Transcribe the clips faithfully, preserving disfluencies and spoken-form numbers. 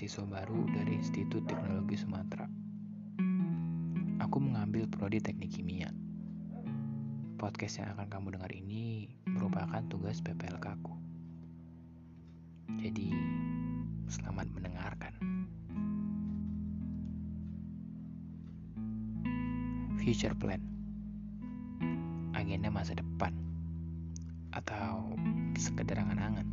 mahasiswa baru dari Institut Teknologi Sumatera. Aku mengambil prodi Teknik Kimia. Podcast yang akan kamu dengar ini merupakan tugas P P L K ku. Jadi, selamat mendengarkan. Future plan, agenda masa depan, atau sekedar angan-angan.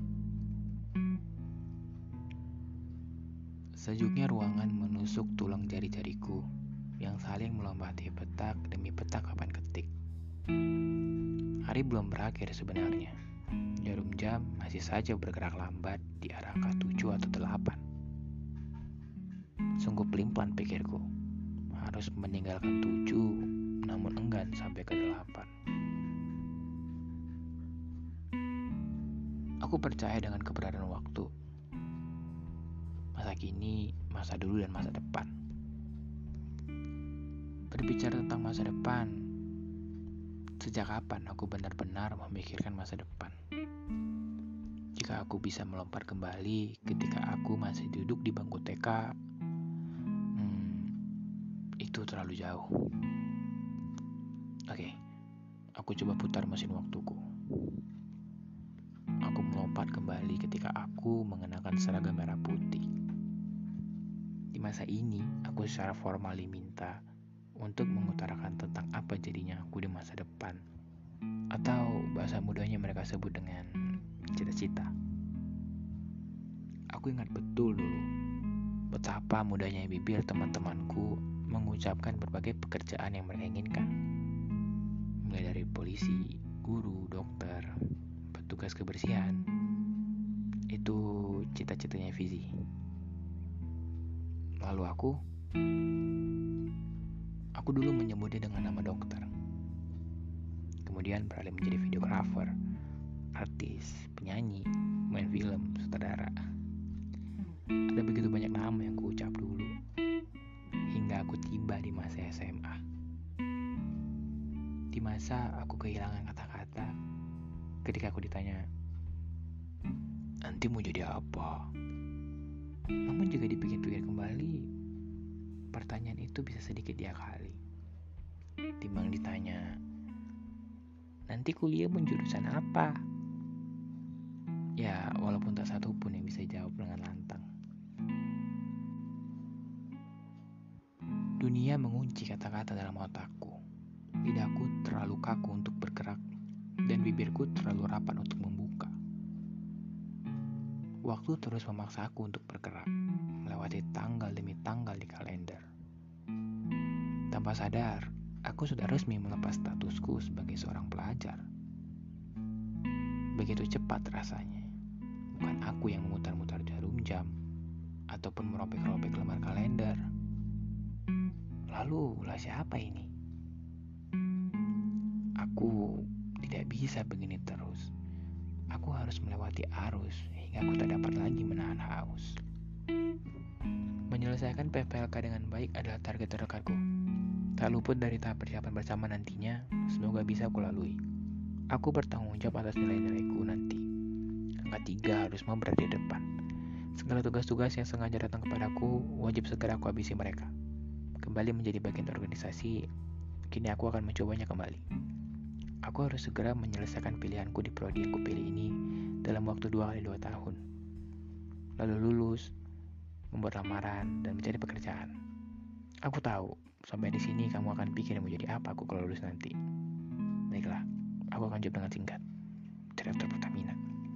Sejuknya ruangan menusuk tulang jari-jariku yang saling melompati petak demi petak papan ketik. Hari belum berakhir sebenarnya. Jarum jam masih saja bergerak lambat di arah angka tujuh atau delapan. Sungguh pelin-pelan pikirku. Harus meninggalkan tujuh, namun enggan sampai ke delapan. Aku percaya dengan keberadaan waktu. Masa kini, masa dulu, dan masa depan. Berbicara tentang masa depan, sejak kapan aku benar-benar memikirkan masa depan? Jika aku bisa melompat kembali ketika aku masih duduk di bangku T K, hmm, itu terlalu jauh. Oke, aku coba putar mesin waktuku. Aku melompat kembali ketika aku mengenakan seragam merah putih. Di masa ini, aku secara formal diminta untuk mengutarakan tentang apa jadinya aku di masa depan, atau bahasa mudanya mereka sebut dengan cita-cita. Aku ingat betul dulu betapa mudahnya bibir teman-temanku mengucapkan berbagai pekerjaan yang mereka inginkan, mulai dari polisi, guru, dokter, petugas kebersihan. Itu cita-citanya Fizi. Lalu aku Aku dulu menyebutnya dengan nama dokter. Kemudian beralih menjadi videografer, artis, penyanyi, main film, sutradara. Ada begitu banyak nama yang kuucap dulu, hingga aku tiba di masa S M A. Di masa aku kehilangan kata-kata ketika aku ditanya, nanti mau jadi apa? Namun jika dipikir-pikir kembali, pertanyaan itu bisa sedikit diakali. Timbang ditanya, nanti kuliah mau jurusan apa? Ya, walaupun tak satu pun yang bisa jawab dengan lantang. Dunia mengunci kata-kata dalam otakku. Lidahku terlalu kaku untuk bergerak, dan bibirku terlalu rapat untuk membuka. Waktu terus memaksaku untuk bergerak, melewati tanggal demi tanggal di kalender. Tanpa sadar, aku sudah resmi melepas statusku sebagai seorang pelajar. Begitu cepat rasanya. Bukan aku yang memutar-mutar jarum jam ataupun merobek-robek lembar kalender. Lalu, lah siapa ini? Aku tidak bisa begini terus. Aku harus melewati arus hingga aku tak dapat lagi menahan haus. Menyelesaikan P P L K dengan baik adalah target terdekatku. Tak luput dari tahap persiapan bersama nantinya, semoga bisa aku lalui. Aku bertanggung jawab atas nilai-nilaiku nanti. Angka tiga harus mau berada di depan. Segala tugas-tugas yang sengaja datang kepadaku, wajib segera aku habisi mereka. Kembali menjadi bagian organisasi, kini aku akan mencobanya kembali. Aku harus segera menyelesaikan pilihanku di prodi yang kupilih ini dalam waktu dua kali dua tahun. Lalu lulus, membuat lamaran, dan mencari pekerjaan. Aku tahu, sampai di sini kamu akan pikir mau jadi apa aku kalau lulus nanti. Baiklah, aku akan jawab dengan singkat. Direktur Pertamina.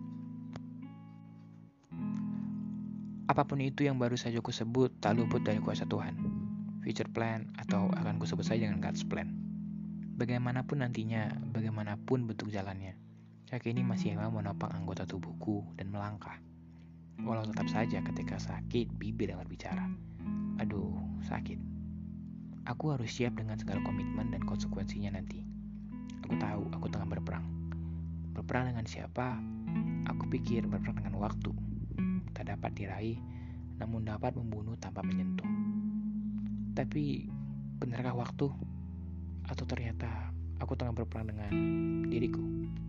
Apapun itu yang baru saja aku sebut tak luput dari kuasa Tuhan. Future plan, atau akan kusebut saja dengan God's plan. Bagaimanapun nantinya, bagaimanapun bentuk jalannya, kaki ini masih mau menopang anggota tubuhku dan melangkah. Walau tetap saja ketika sakit, bibir yang berbicara. Aduh, sakit. Aku harus siap dengan segala komitmen dan konsekuensinya nanti. Aku tahu aku tengah berperang. Berperang dengan siapa? Aku pikir berperang dengan waktu. Tak dapat diraih, namun dapat membunuh tanpa menyentuh. Tapi, benarkah waktu? Atau ternyata aku tengah berperang dengan diriku?